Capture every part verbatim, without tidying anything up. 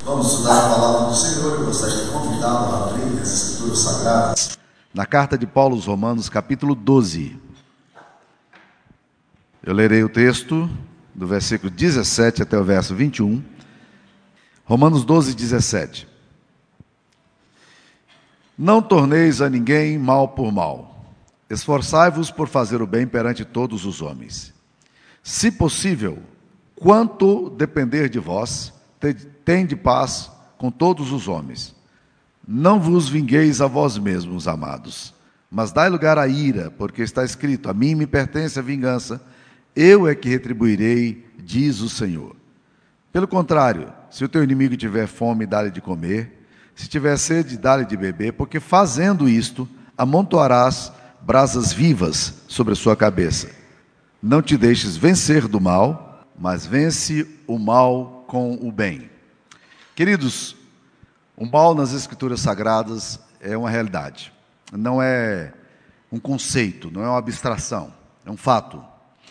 Vamos estudar a palavra do Senhor. Eu gostaria de convidá-lo a abrir as Escrituras Sagradas na carta de Paulo aos Romanos, capítulo doze. Eu lerei o texto do versículo dezessete até o verso vinte e um. Romanos doze, dezessete. Não torneis a ninguém mal por mal. Esforçai-vos por fazer o bem perante todos os homens. Se possível, quanto depender de vós, tende paz com todos os homens. Não vos vingueis a vós mesmos, amados, mas dai lugar à ira, porque está escrito: a mim me pertence a vingança, eu é que retribuirei, diz o Senhor. Pelo contrário, se o teu inimigo tiver fome, dá-lhe de comer, se tiver sede, dá-lhe de beber, porque fazendo isto, amontoarás brasas vivas sobre a sua cabeça. Não te deixes vencer do mal, mas vence o mal com o bem. Queridos, o mal nas Escrituras Sagradas é uma realidade, não é um conceito, não é uma abstração, é um fato.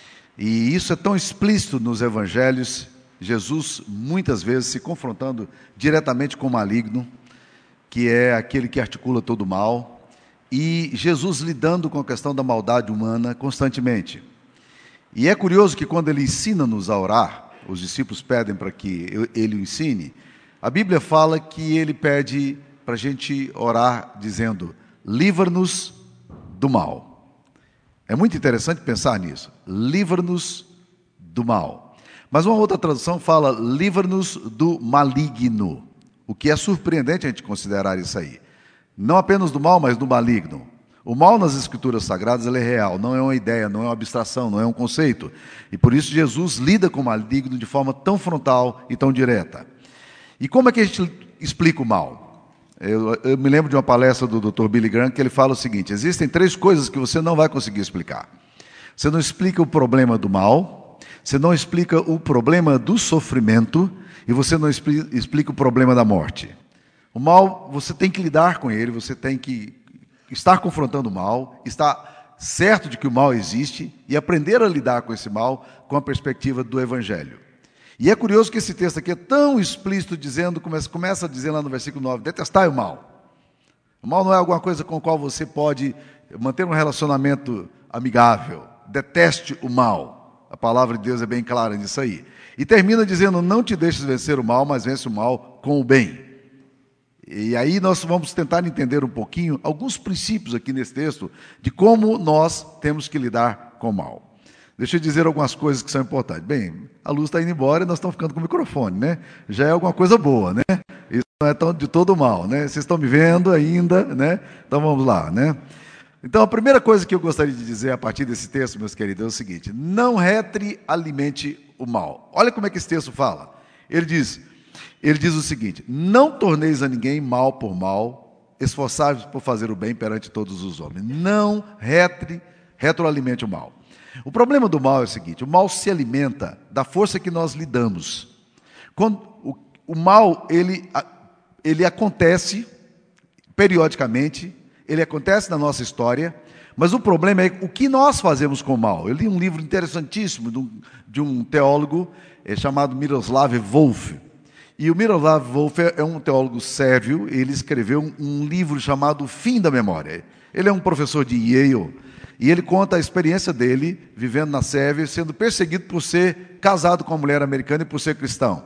E isso é tão explícito nos Evangelhos, Jesus muitas vezes se confrontando diretamente com o maligno, que é aquele que articula todo o mal, e Jesus lidando com a questão da maldade humana constantemente. E é curioso que quando ele ensina-nos a orar, os discípulos pedem para que ele o ensine, a Bíblia fala que ele pede para a gente orar dizendo: livra-nos do mal. É muito interessante pensar nisso, livra-nos do mal. Mas uma outra tradução fala: livra-nos do maligno, o que é surpreendente a gente considerar isso aí. Não apenas do mal, mas do maligno. O mal nas Escrituras Sagradas ele é real, não é uma ideia, não é uma abstração, não é um conceito. E por isso Jesus lida com o maligno de forma tão frontal e tão direta. E como é que a gente explica o mal? Eu, eu me lembro de uma palestra do doutor Billy Graham que ele fala o seguinte: existem três coisas que você não vai conseguir explicar. Você não explica o problema do mal, você não explica o problema do sofrimento e você não explica, explica o problema da morte. O mal, você tem que lidar com ele, você tem que estar confrontando o mal, estar certo de que o mal existe e aprender a lidar com esse mal com a perspectiva do Evangelho. E é curioso que esse texto aqui é tão explícito, dizendo, começa, começa a dizer lá no versículo nove, detestai o mal. O mal não é alguma coisa com a qual você pode manter um relacionamento amigável. Deteste o mal. A palavra de Deus é bem clara nisso aí. E termina dizendo: não te deixes vencer o mal, mas vence o mal com o bem. E aí nós vamos tentar entender um pouquinho alguns princípios aqui nesse texto de como nós temos que lidar com o mal. Deixa eu dizer algumas coisas que são importantes. Bem, a luz está indo embora e nós estamos ficando com o microfone, né? Já é alguma coisa boa, né? Isso não é tão de todo mal, né? Vocês estão me vendo ainda, né? Então vamos lá, né? Então a primeira coisa que eu gostaria de dizer a partir desse texto, meus queridos, é o seguinte: não retroalimente o mal. Olha como é que esse texto fala. Ele diz... Ele diz o seguinte: não torneis a ninguém mal por mal, esforçai-vos por fazer o bem perante todos os homens. Não retro, retroalimente o mal. O problema do mal é o seguinte: o mal se alimenta da força que nós lhe damos. Quando, o, o mal, ele, ele acontece periodicamente, ele acontece na nossa história, mas o problema é o que nós fazemos com o mal. Eu li um livro interessantíssimo de um, de um teólogo é, chamado Miroslav Volf. E o Miroslav Volf é um teólogo sérvio, ele escreveu um, um livro chamado O Fim da Memória. Ele é um professor de Yale, e ele conta a experiência dele, vivendo na Sérvia, sendo perseguido por ser casado com uma mulher americana e por ser cristão.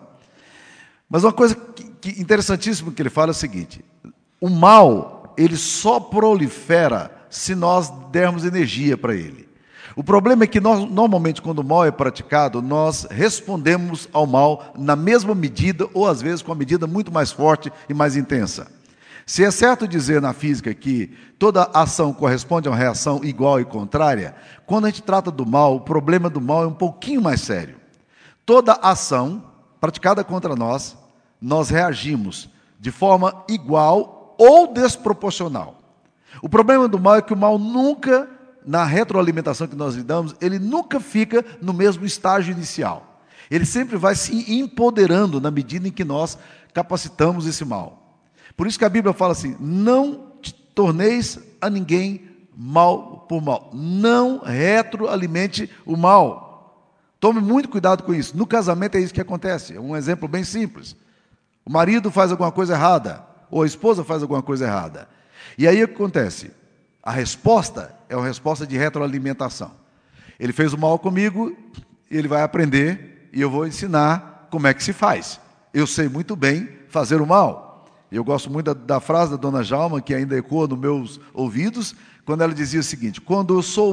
Mas uma coisa que, que interessantíssima que ele fala é o seguinte: o mal, ele só prolifera se nós dermos energia para ele. O problema é que nós, normalmente, quando o mal é praticado, nós respondemos ao mal na mesma medida, ou às vezes com uma medida muito mais forte e mais intensa. Se é certo dizer na física que toda ação corresponde a uma reação igual e contrária, quando a gente trata do mal, o problema do mal é um pouquinho mais sério. Toda ação praticada contra nós, nós reagimos de forma igual ou desproporcional. O problema do mal é que o mal nunca... na retroalimentação que nós lhe damos, ele nunca fica no mesmo estágio inicial. Ele sempre vai se empoderando na medida em que nós capacitamos esse mal. Por isso que a Bíblia fala assim: não torneis a ninguém mal por mal. Não retroalimente o mal. Tome muito cuidado com isso. No casamento é isso que acontece. É um exemplo bem simples. O marido faz alguma coisa errada, ou a esposa faz alguma coisa errada. E aí o que acontece? A resposta é uma resposta de retroalimentação. Ele fez o mal comigo, ele vai aprender e eu vou ensinar como é que se faz. Eu sei muito bem fazer o mal. Eu gosto muito da, da frase da dona Jalma, que ainda ecoa nos meus ouvidos, quando ela dizia o seguinte: quando eu sou,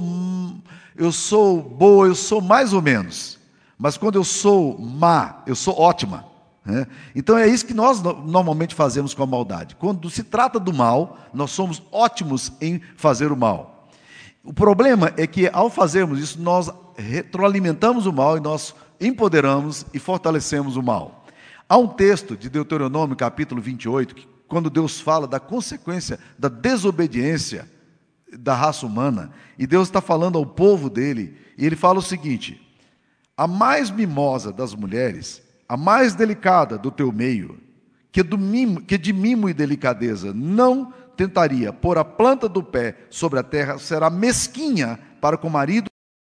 eu sou boa, eu sou mais ou menos, mas quando eu sou má, eu sou ótima. É. Então é isso que nós normalmente fazemos com a maldade. Quando se trata do mal, nós somos ótimos em fazer o mal. O problema é que ao fazermos isso, nós retroalimentamos o mal e nós empoderamos e fortalecemos o mal. Há um texto de Deuteronômio, capítulo vinte e oito, que, quando Deus fala da consequência da desobediência da raça humana, e Deus está falando ao povo dele, e ele fala o seguinte: a mais mimosa das mulheres, a mais delicada do teu meio, que, do mimo, que de mimo e delicadeza não tentaria pôr a planta do pé sobre a terra, será mesquinha para com o marido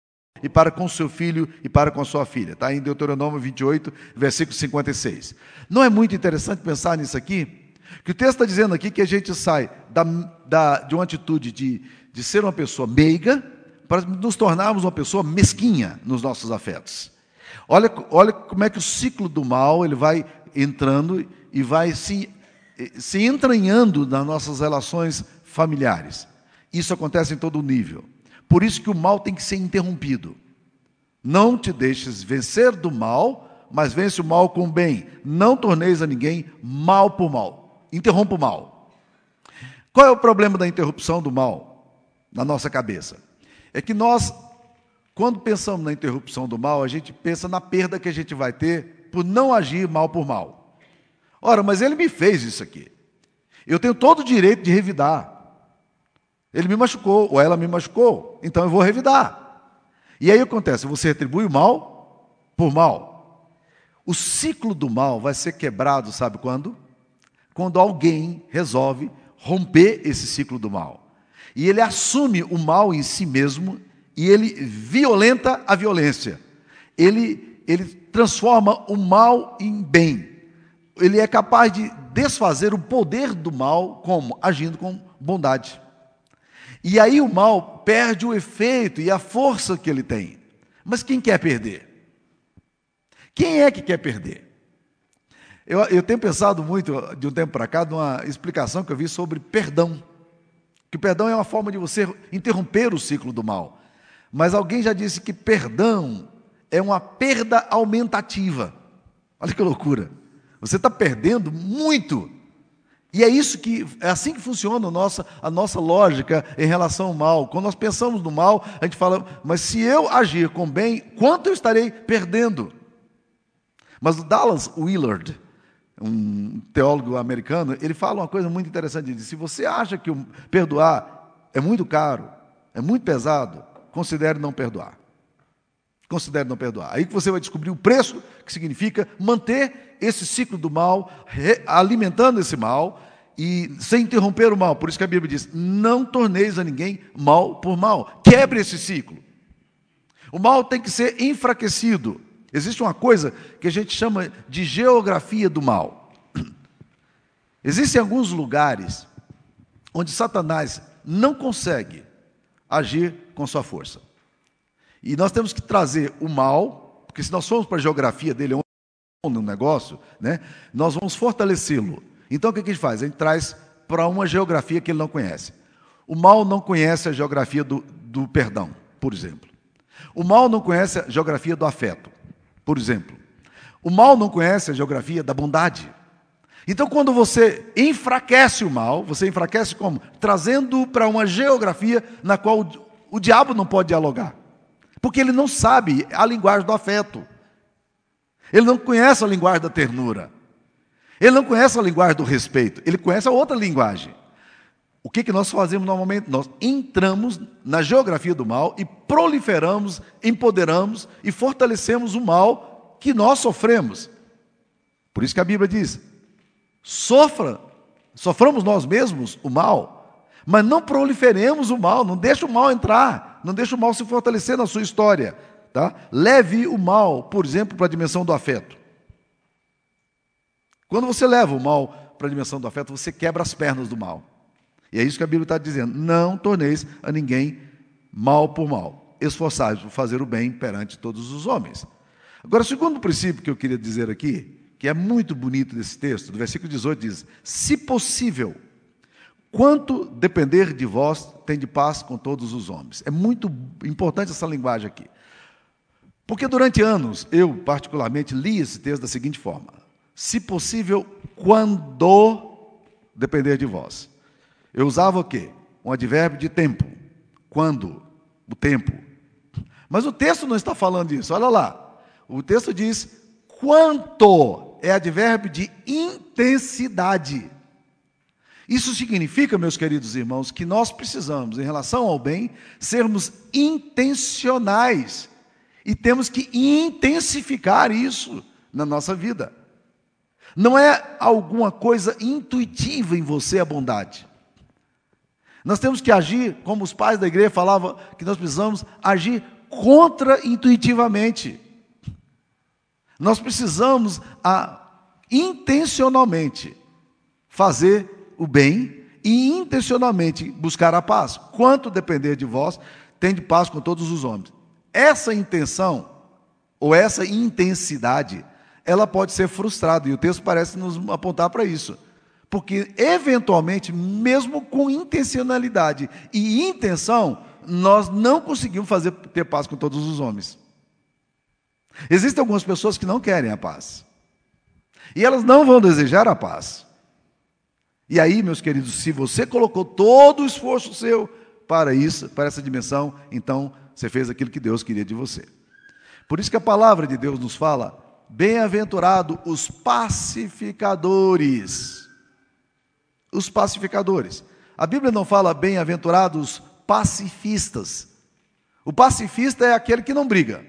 e para com seu filho e para com a sua filha. Está em Deuteronômio vinte e oito, versículo cinquenta e seis. Não é muito interessante pensar nisso aqui? Que o texto está dizendo aqui que a gente sai da, da, de uma atitude de, de ser uma pessoa meiga para nos tornarmos uma pessoa mesquinha nos nossos afetos. Olha, olha como é que o ciclo do mal ele vai entrando e vai se, se entranhando nas nossas relações familiares. Isso acontece em todo nível. Por isso que o mal tem que ser interrompido. Não te deixes vencer do mal, mas vence o mal com o bem. Não torneis a ninguém mal por mal. Interrompa o mal. Qual é o problema da interrupção do mal na nossa cabeça? É que nós, quando pensamos na interrupção do mal, a gente pensa na perda que a gente vai ter por não agir mal por mal. Ora, mas ele me fez isso aqui. Eu tenho todo o direito de revidar. Ele me machucou, ou ela me machucou, então eu vou revidar. E aí acontece, você retribui o mal por mal. O ciclo do mal vai ser quebrado, sabe quando? Quando alguém resolve romper esse ciclo do mal. E ele assume o mal em si mesmo, e ele violenta a violência. Ele, ele transforma o mal em bem. Ele é capaz de desfazer o poder do mal, como? Agindo com bondade. E aí o mal perde o efeito e a força que ele tem. Mas quem quer perder? Quem é que quer perder? Eu, eu tenho pensado muito, de um tempo para cá, numa explicação que eu vi sobre perdão. Que o perdão é uma forma de você interromper o ciclo do mal. Mas alguém já disse que perdão é uma perda aumentativa. Olha que loucura. Você está perdendo muito. E é isso que, é assim que funciona a nossa, a nossa lógica em relação ao mal. Quando nós pensamos no mal, a gente fala, mas se eu agir com bem, quanto eu estarei perdendo? Mas o Dallas Willard, um teólogo americano, ele fala uma coisa muito interessante. Ele diz, se você acha que o perdoar é muito caro, é muito pesado, considere não perdoar. Considere não perdoar. Aí que você vai descobrir o preço que significa manter esse ciclo do mal, alimentando esse mal, e sem interromper o mal. Por isso que a Bíblia diz, não torneis a ninguém mal por mal. Quebre esse ciclo. O mal tem que ser enfraquecido. Existe uma coisa que a gente chama de geografia do mal. Existem alguns lugares onde Satanás não consegue agir com sua força. E nós temos que trazer o mal, porque se nós formos para a geografia dele, no negócio, né, nós vamos fortalecê-lo. Então o que a gente faz? A gente traz para uma geografia que ele não conhece. O mal não conhece a geografia do, do perdão, por exemplo. O mal não conhece a geografia do afeto, por exemplo. O mal não conhece a geografia da bondade. Então quando você enfraquece o mal, você enfraquece como? Trazendo para uma geografia na qual o, o diabo não pode dialogar. Porque ele não sabe a linguagem do afeto. Ele não conhece a linguagem da ternura. Ele não conhece a linguagem do respeito. Ele conhece a outra linguagem. O que, que nós fazemos normalmente? Nós entramos na geografia do mal e proliferamos, empoderamos e fortalecemos o mal que nós sofremos. Por isso que a Bíblia diz, sofra, soframos nós mesmos o mal, mas não proliferemos o mal, não deixe o mal entrar, não deixe o mal se fortalecer na sua história. Tá? Leve o mal, por exemplo, para a dimensão do afeto. Quando você leva o mal para a dimensão do afeto, você quebra as pernas do mal. E é isso que a Bíblia está dizendo. Não torneis a ninguém mal por mal. Esforçai-vos por fazer o bem perante todos os homens. Agora, o segundo princípio que eu queria dizer aqui, que é muito bonito desse texto, do versículo dezoito diz: se possível, quanto depender de vós, tende paz com todos os homens. É muito importante essa linguagem aqui. Porque durante anos, eu particularmente li esse texto da seguinte forma: se possível, quando depender de vós. Eu usava o quê? Um advérbio de tempo. Quando? O tempo. Mas o texto não está falando disso. Olha lá. O texto diz quanto. É advérbio de intensidade. Isso significa, meus queridos irmãos, que nós precisamos, em relação ao bem, sermos intencionais. E temos que intensificar isso na nossa vida. Não é alguma coisa intuitiva em você a bondade. Nós temos que agir, como os pais da igreja falavam, que nós precisamos agir contra-intuitivamente. Nós precisamos a, intencionalmente fazer o bem e intencionalmente buscar a paz. Quanto depender de vós, tende paz com todos os homens. Essa intenção, ou essa intensidade, ela pode ser frustrada, e o texto parece nos apontar para isso. Porque, eventualmente, mesmo com intencionalidade e intenção, nós não conseguimos fazer, ter paz com todos os homens. Existem algumas pessoas que não querem a paz. E elas não vão desejar a paz. E aí, meus queridos, se você colocou todo o esforço seu para isso, para essa dimensão, então você fez aquilo que Deus queria de você. Por isso que a palavra de Deus nos fala: bem-aventurado os pacificadores. Os pacificadores. A Bíblia não fala bem-aventurados pacifistas. O pacifista é aquele que não briga.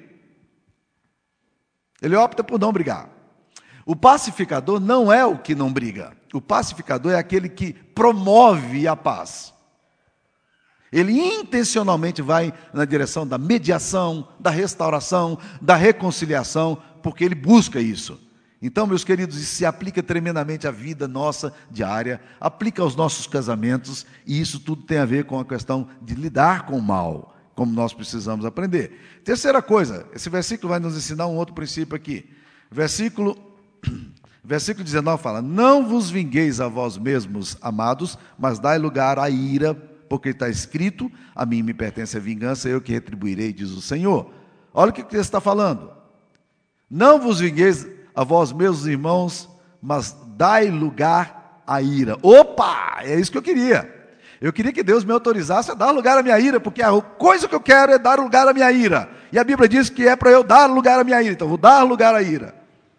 Ele opta por não brigar. O pacificador não é o que não briga. O pacificador é aquele que promove a paz. Ele intencionalmente vai na direção da mediação, da restauração, da reconciliação, porque ele busca isso. Então, meus queridos, isso se aplica tremendamente à vida nossa diária, aplica aos nossos casamentos, e isso tudo tem a ver com a questão de lidar com o mal, como nós precisamos aprender. Terceira coisa, esse versículo vai nos ensinar um outro princípio aqui. Versículo, versículo dezenove fala: não vos vingueis a vós mesmos, amados, mas dai lugar à ira, porque está escrito: a mim me pertence a vingança, eu que retribuirei, diz o Senhor. Olha o que ele está falando. Não vos vingueis a vós mesmos, irmãos, mas dai lugar à ira. Opa! É isso que eu queria. Eu queria que Deus me autorizasse a dar lugar à minha ira, porque a coisa que eu quero é dar lugar à minha ira. E a Bíblia diz que é para eu dar lugar à minha ira. Então, vou dar lugar à ira.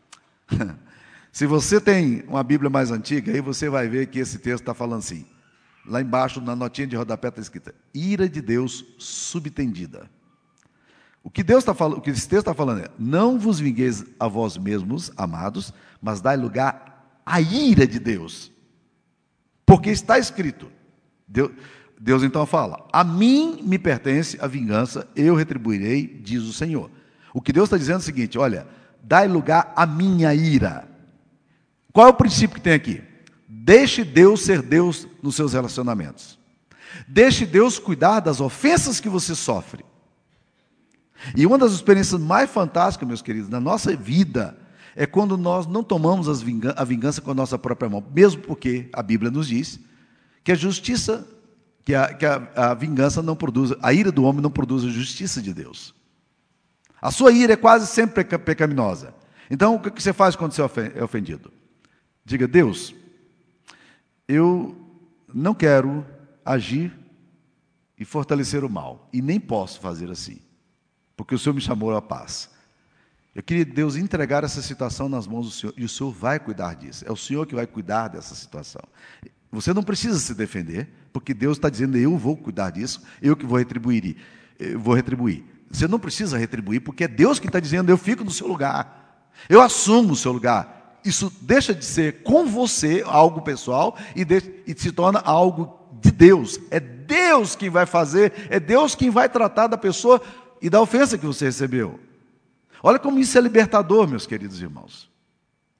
Se você tem uma Bíblia mais antiga, aí você vai ver que esse texto está falando assim. Lá embaixo, na notinha de rodapé, está escrita: ira de Deus subtendida. O que Deus está falando, o que esse texto está falando é: não vos vingueis a vós mesmos, amados, mas dai lugar à ira de Deus. Porque está escrito. Deus, Deus então fala: a mim me pertence a vingança, eu retribuirei, diz o Senhor. O que Deus está dizendo é o seguinte: olha, dai lugar à minha ira. Qual é o princípio que tem aqui? Deixe Deus ser Deus nos seus relacionamentos. Deixe Deus cuidar das ofensas que você sofre. E uma das experiências mais fantásticas, meus queridos, na nossa vida, é quando nós não tomamos as vingan- a vingança com a nossa própria mão. Mesmo porque a Bíblia nos diz que a justiça, que a, que a, a vingança não produz, a ira do homem não produz a justiça de Deus. A sua ira é quase sempre peca- pecaminosa. Então, o que você faz quando você é ofendido? Diga: Deus, eu não quero agir e fortalecer o mal, e nem posso fazer assim, porque o Senhor me chamou à paz. Eu queria, Deus, entregar essa situação nas mãos do Senhor, e o Senhor vai cuidar disso. É o Senhor que vai cuidar dessa situação. Você não precisa se defender, porque Deus está dizendo: eu vou cuidar disso, eu que vou retribuir. Eu vou retribuir. Você não precisa retribuir, porque é Deus que está dizendo: eu fico no seu lugar, eu assumo o seu lugar. Isso deixa de ser com você algo pessoal e, de, e se torna algo de Deus. É Deus quem vai fazer, é Deus quem vai tratar da pessoa e da ofensa que você recebeu. Olha como isso é libertador, meus queridos irmãos.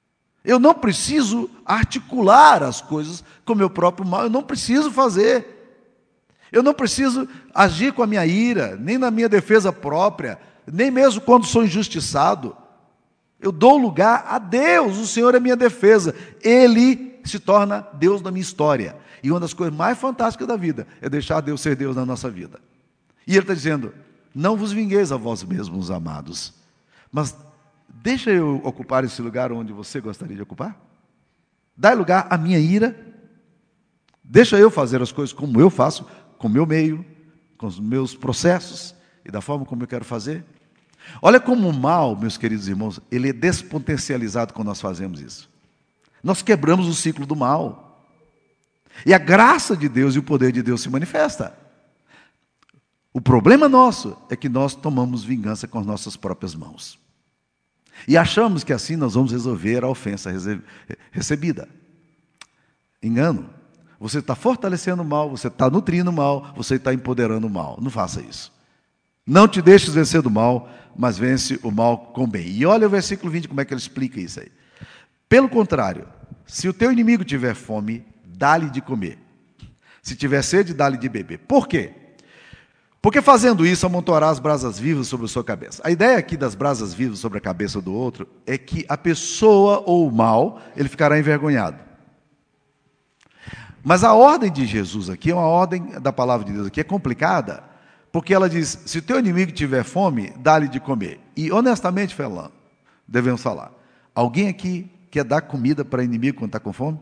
Eu não preciso articular as coisas com o meu próprio mal, eu não preciso fazer. Eu não preciso agir com a minha ira, nem na minha defesa própria, nem mesmo quando sou injustiçado. Eu dou lugar a Deus, o Senhor é minha defesa. Ele se torna Deus na minha história. E uma das coisas mais fantásticas da vida é deixar Deus ser Deus na nossa vida. E Ele está dizendo, não vos vingueis a vós mesmos, amados, mas deixa eu ocupar esse lugar onde você gostaria de ocupar. Dá lugar à minha ira. Deixa eu fazer as coisas como eu faço, com o meu meio, com os meus processos e da forma como eu quero fazer. Olha como o mal, meus queridos irmãos, ele é despotencializado quando nós fazemos isso. Nós quebramos o ciclo do mal. E a graça de Deus e o poder de Deus se manifesta. O problema nosso é que nós tomamos vingança com as nossas próprias mãos. E achamos que assim nós vamos resolver a ofensa recebida. Engano. Você está fortalecendo o mal, você está nutrindo o mal, você está empoderando o mal. Não faça isso. Não te deixes vencer do mal, mas vence o mal com bem. E olha o versículo vinte, como é que ele explica isso aí. Pelo contrário, se o teu inimigo tiver fome, dá-lhe de comer. Se tiver sede, dá-lhe de beber. Por quê? Porque fazendo isso, amontoará as brasas vivas sobre a sua cabeça. A ideia aqui das brasas vivas sobre a cabeça do outro é que a pessoa ou o mal, ele ficará envergonhado. Mas a ordem de Jesus aqui, é uma ordem da palavra de Deus aqui, é complicada, porque ela diz, se o teu inimigo tiver fome, dá-lhe de comer. E honestamente, falando, devemos falar, alguém aqui quer dar comida para inimigo quando está com fome?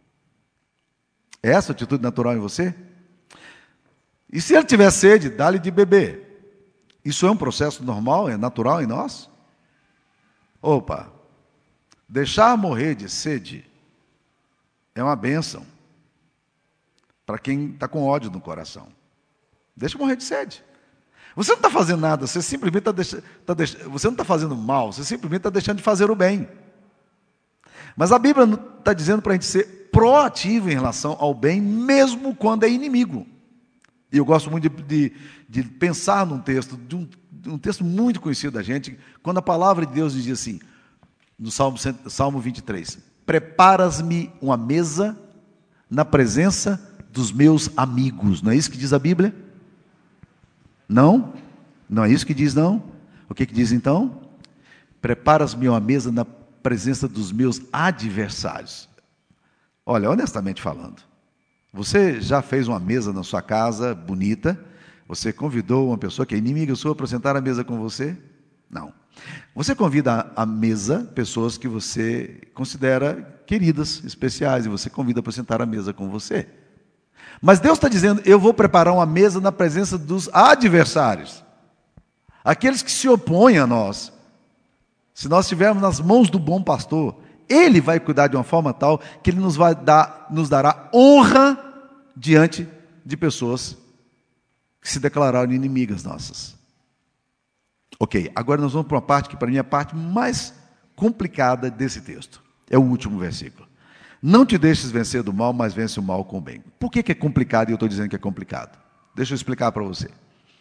É essa a atitude natural em você? E se ele tiver sede, dá-lhe de beber. Isso é um processo normal, é natural em nós? Opa, deixar morrer de sede é uma bênção para quem está com ódio no coração. Deixa morrer de sede. Você não está fazendo nada, você simplesmente está deixando, tá deix... você não está fazendo mal, você simplesmente está deixando de fazer o bem. Mas a Bíblia está dizendo para a gente ser proativo em relação ao bem, mesmo quando é inimigo. E eu gosto muito de, de, de pensar num texto, de um, de um texto muito conhecido da gente, quando a palavra de Deus diz assim, no Salmo, Salmo vinte e três, preparas-me uma mesa na presença dos meus amigos. Não é isso que diz a Bíblia? Não? Não é isso que diz, não? O que, que diz então? Preparas-me uma mesa na presença dos meus adversários. Olha, honestamente falando, você já fez uma mesa na sua casa, bonita, você convidou uma pessoa que é inimiga sua para sentar à mesa com você? Não. Você convida à mesa pessoas que você considera queridas, especiais, e você convida para sentar à mesa com você. Mas Deus está dizendo, eu vou preparar uma mesa na presença dos adversários. Aqueles que se opõem a nós. Se nós estivermos nas mãos do bom pastor, Ele vai cuidar de uma forma tal que Ele nos vai dar, nos dará honra diante de pessoas que se declararam inimigas nossas. Ok, agora nós vamos para uma parte que para mim é a parte mais complicada desse texto. É o último versículo. Não te deixes vencer do mal, mas vence o mal com o bem. Por que que é complicado e eu estou dizendo que é complicado? Deixa eu explicar para você.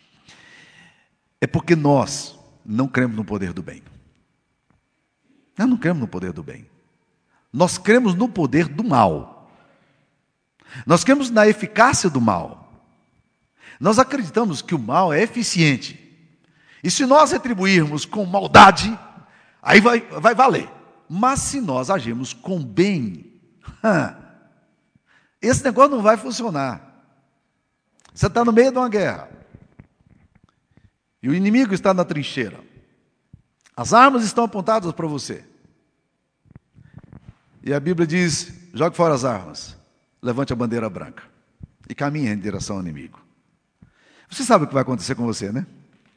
É porque nós não cremos no poder do bem. Nós não cremos no poder do bem. Nós cremos no poder do mal. Nós cremos na eficácia do mal. Nós acreditamos que o mal é eficiente. E se nós retribuirmos com maldade, aí vai, vai valer. Mas se nós agirmos com bem, esse negócio não vai funcionar. Você está no meio de uma guerra. E o inimigo está na trincheira. As armas estão apontadas para você. E a Bíblia diz, jogue fora as armas, levante a bandeira branca e caminhe em direção ao inimigo. Você sabe o que vai acontecer com você, né?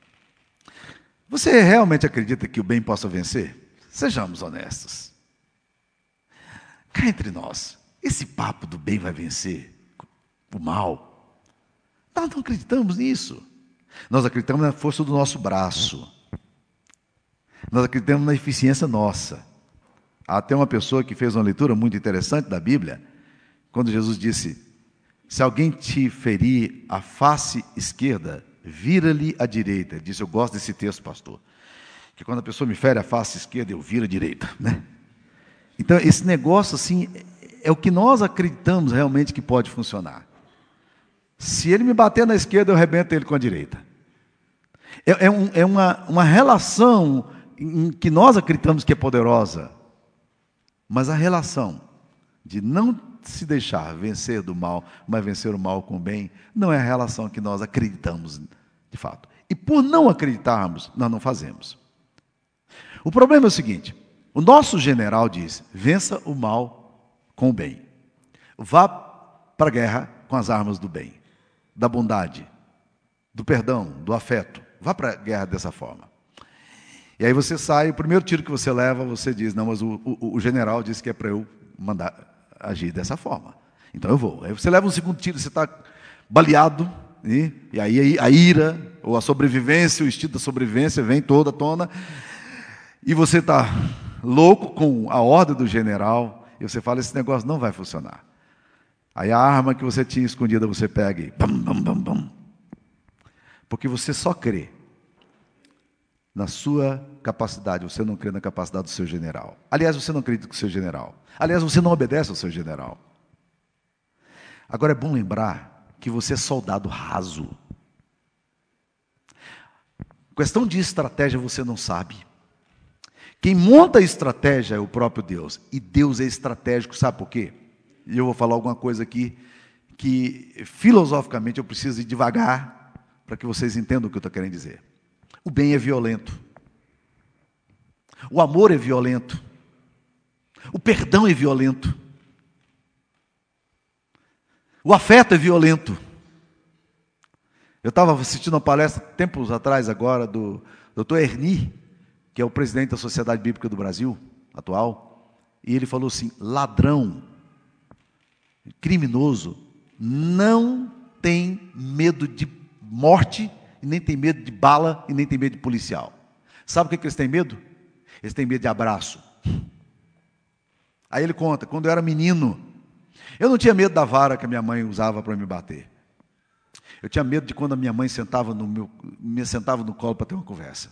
Você realmente acredita que o bem possa vencer? Sejamos honestos. Cá entre nós, esse papo do bem vai vencer o mal. Nós não acreditamos nisso. Nós acreditamos na força do nosso braço. Nós acreditamos na eficiência nossa. Há até uma pessoa que fez uma leitura muito interessante da Bíblia, quando Jesus disse, se alguém te ferir a face esquerda, vira-lhe a direita. Ele disse, eu gosto desse texto, pastor, que quando a pessoa me fere a face esquerda, eu viro a direita, né? Então, esse negócio, assim, é o que nós acreditamos realmente que pode funcionar. Se ele me bater na esquerda, eu arrebento ele com a direita. É, é, um, é uma, uma relação em que nós acreditamos que é poderosa. Mas a relação de não se deixar vencer do mal, mas vencer o mal com o bem, não é a relação que nós acreditamos de fato. E por não acreditarmos, nós não fazemos. O problema é o seguinte: o nosso general diz: vença o mal com o bem. Vá para a guerra com as armas do bem, da bondade, do perdão, do afeto. Vá para a guerra dessa forma. E aí você sai, o primeiro tiro que você leva, você diz: não, mas o, o, o general disse que é para eu mandar agir dessa forma. Então eu vou. Aí você leva um segundo tiro, você está baleado, e, e aí a ira, ou a sobrevivência, o instinto da sobrevivência vem toda à tona, e você está louco com a ordem do general, e você fala: esse negócio não vai funcionar. Aí a arma que você tinha escondida, você pega e bam, bam, bam, bam. Porque você só crê na sua capacidade, você não crê na capacidade do seu general. Aliás, você não acredita no seu general. Aliás, você não obedece ao seu general. Agora é bom lembrar que você é soldado raso. Questão de estratégia você não sabe. Quem monta a estratégia é o próprio Deus. E Deus é estratégico, sabe por quê? E eu vou falar alguma coisa aqui que filosoficamente eu preciso ir devagar para que vocês entendam o que eu estou querendo dizer. O bem é violento. O amor é violento. O perdão é violento. O afeto é violento. Eu estava assistindo uma palestra tempos atrás agora do doutor Erni, que é o presidente da Sociedade Bíblica do Brasil atual, e ele falou assim: ladrão, criminoso, não tem medo de morte, e nem tem medo de bala, e nem tem medo de policial. Sabe o que, que eles têm medo? Eles têm medo de abraço. Aí ele conta: quando eu era menino, eu não tinha medo da vara que a minha mãe usava para me bater. Eu tinha medo de quando a minha mãe sentava no meu, me sentava no colo para ter uma conversa.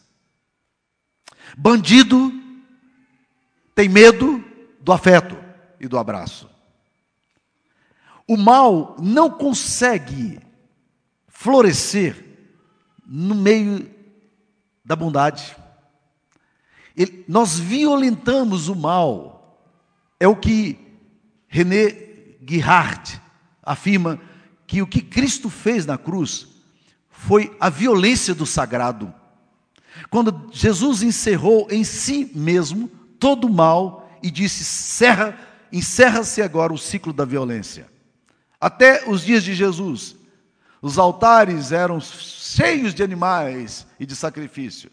Bandido tem medo do afeto e do abraço. O mal não consegue florescer no meio da bondade. Ele, nós violentamos o mal. É o que René Girard afirma, que o que Cristo fez na cruz foi a violência do sagrado. Quando Jesus encerrou em si mesmo todo o mal e disse: encerra, encerra-se agora o ciclo da violência. Até os dias de Jesus, os altares eram cheios de animais e de sacrifício.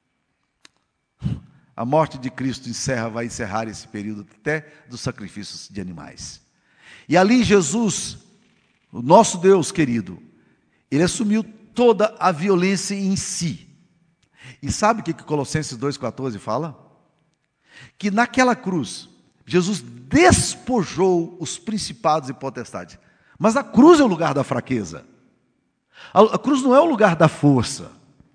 A morte de Cristo encerra, vai encerrar esse período até dos sacrifícios de animais. E ali Jesus, o nosso Deus querido, Ele assumiu toda a violência em si. E sabe o que Colossenses dois, quatorze fala? Que naquela cruz, Jesus despojou os principados e potestades. Mas a cruz é o lugar da fraqueza. A cruz não é o lugar da força.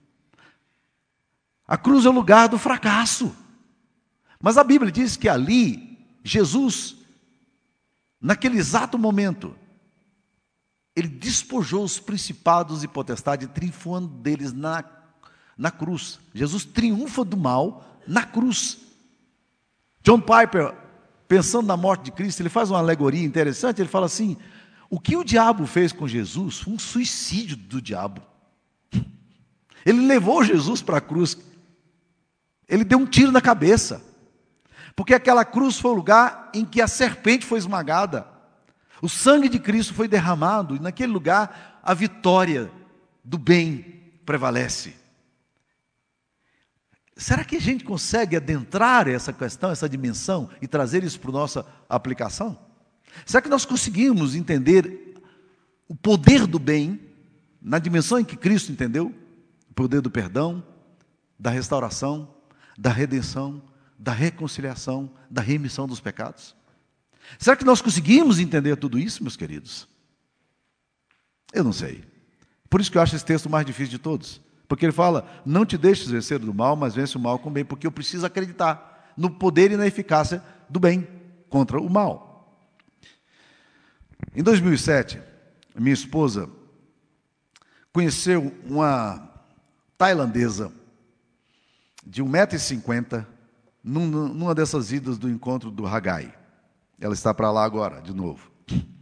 A cruz é o lugar do fracasso. Mas a Bíblia diz que ali, Jesus, naquele exato momento, Ele despojou os principados e potestades, triunfando deles na, na cruz. Jesus triunfa do mal na cruz. John Piper, pensando na morte de Cristo, ele faz uma alegoria interessante. Ele fala assim: o que o diabo fez com Jesus foi um suicídio do diabo. Ele levou Jesus para a cruz. Ele deu um tiro na cabeça. Porque aquela cruz foi o lugar em que a serpente foi esmagada. O sangue de Cristo foi derramado. E naquele lugar a vitória do bem prevalece. Será que a gente consegue adentrar essa questão, essa dimensão, e trazer isso para a nossa aplicação? Será que nós conseguimos entender o poder do bem, na dimensão em que Cristo entendeu? O poder do perdão, da restauração, da redenção, da reconciliação, da remissão dos pecados? Será que nós conseguimos entender tudo isso, meus queridos? Eu não sei. Por isso que eu acho esse texto o mais difícil de todos. Porque ele fala: não te deixes vencer do mal, mas vence o mal com o bem. Porque eu preciso acreditar no poder e na eficácia do bem contra o mal. Em dois mil e sete, minha esposa conheceu uma tailandesa de um metro e cinquenta numa dessas idas do encontro do Haggai. Ela está para lá agora, de novo.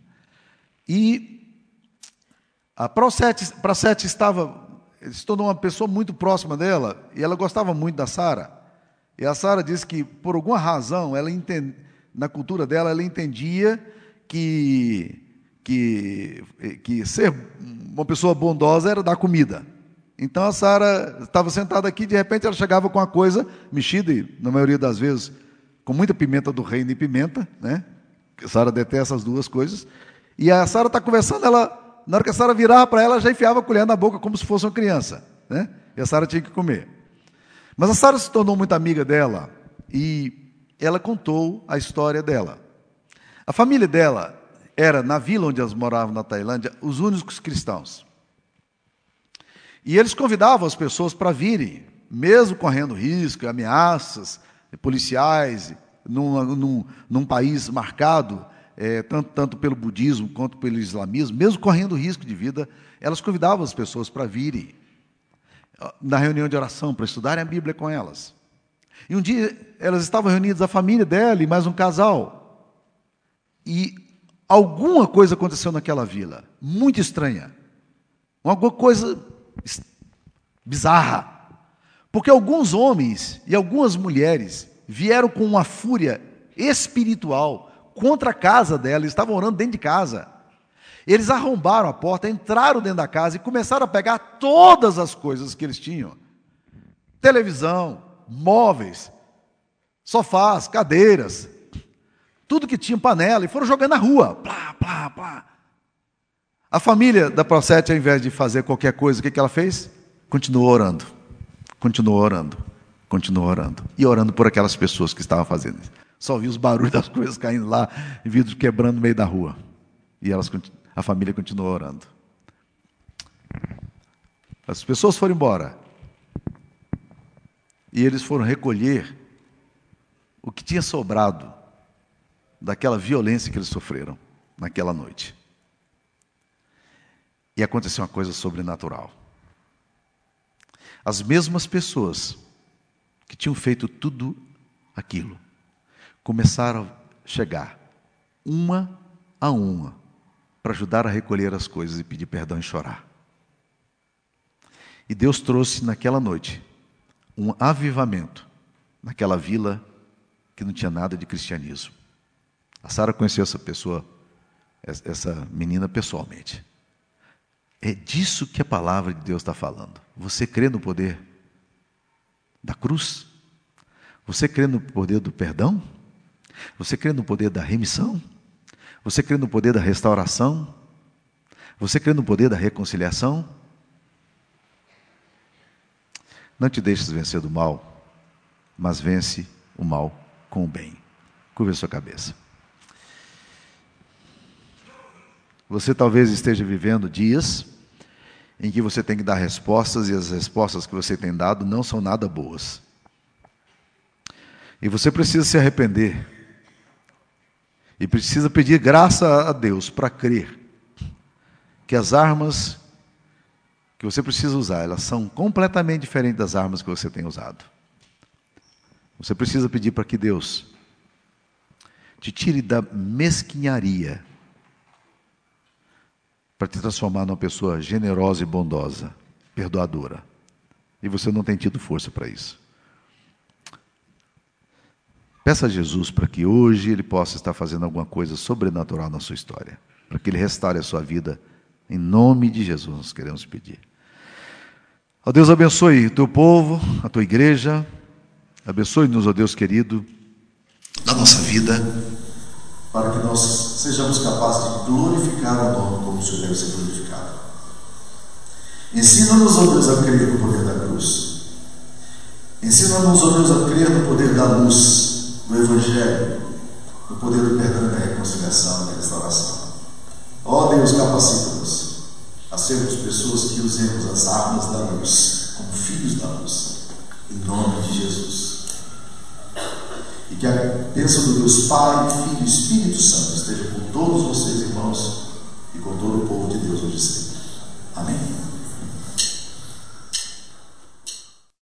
E a Pracete estava, se tornou uma pessoa muito próxima dela, e ela gostava muito da Sara. E a Sara disse que, por alguma razão, ela entende, na cultura dela, ela entendia que, que, que ser uma pessoa bondosa era dar comida. Então a Sara estava sentada aqui, de repente ela chegava com uma coisa mexida, e na maioria das vezes com muita pimenta do reino e pimenta, né? A Sara detesta as duas coisas. E a Sara está conversando, ela, na hora que a Sara virava para ela, já enfiava a colher na boca como se fosse uma criança, né? E a Sara tinha que comer. Mas a Sara se tornou muito amiga dela e ela contou a história dela. A família dela era, na vila onde elas moravam na Tailândia, os únicos cristãos. E eles convidavam as pessoas para virem, mesmo correndo risco, ameaças policiais, num, num, num país marcado, é, tanto, tanto pelo budismo quanto pelo islamismo, mesmo correndo risco de vida, elas convidavam as pessoas para virem na reunião de oração, para estudarem a Bíblia com elas. E um dia elas estavam reunidas, a família dela e mais um casal. E alguma coisa aconteceu naquela vila, muito estranha. Alguma coisa bizarra. Porque alguns homens e algumas mulheres vieram com uma fúria espiritual contra a casa dela, eles estavam orando dentro de casa. Eles arrombaram a porta, entraram dentro da casa e começaram a pegar todas as coisas que eles tinham. Televisão, móveis, sofás, cadeiras, tudo que tinha, panela, e foram jogando na rua. Plá, plá, plá. A família da Pracete, ao invés de fazer qualquer coisa, o que ela fez? Continuou orando, continuou orando, continuou orando. E orando por aquelas pessoas que estavam fazendo isso. Só ouvia os barulhos das coisas caindo lá, vidros quebrando no meio da rua. E elas, a família continuou orando. As pessoas foram embora. E eles foram recolher o que tinha sobrado daquela violência que eles sofreram naquela noite. E aconteceu uma coisa sobrenatural. As mesmas pessoas que tinham feito tudo aquilo começaram a chegar, uma a uma, para ajudar a recolher as coisas e pedir perdão e chorar. E Deus trouxe naquela noite um avivamento naquela vila que não tinha nada de cristianismo. A Sara conheceu essa pessoa, essa menina pessoalmente. É disso que a palavra de Deus está falando. Você crê no poder da cruz? Você crê no poder do perdão? Você crê no poder da remissão? Você crê no poder da restauração? Você crê no poder da reconciliação? Não te deixes vencer do mal, mas vence o mal com o bem. Curva a sua cabeça. Você talvez esteja vivendo dias em que você tem que dar respostas, e as respostas que você tem dado não são nada boas. E você precisa se arrepender. E precisa pedir graça a Deus para crer que as armas que você precisa usar, elas são completamente diferentes das armas que você tem usado. Você precisa pedir para que Deus te tire da mesquinharia, para te transformar numa pessoa generosa e bondosa, perdoadora. E você não tem tido força para isso. Peça a Jesus para que hoje Ele possa estar fazendo alguma coisa sobrenatural na sua história, para que Ele restaure a sua vida. Em nome de Jesus nós queremos pedir. Ó Deus, abençoe o teu povo, a tua igreja, abençoe-nos, ó Deus querido, na nossa vida, para que nós sejamos capazes de glorificar o nome como o Senhor deve ser glorificado. Ensina-nos, ó Deus, a crer no poder da cruz. Ensina-nos, ó Deus, a crer no poder da luz, do Evangelho, no poder do perdão e da reconciliação e da restauração. Ó Deus, capacita-nos a sermos pessoas que usemos as armas da luz, como filhos da luz, em nome de Jesus. E E que a bênção do Deus Pai, Filho e Espírito Santo esteja com todos vocês, irmãos,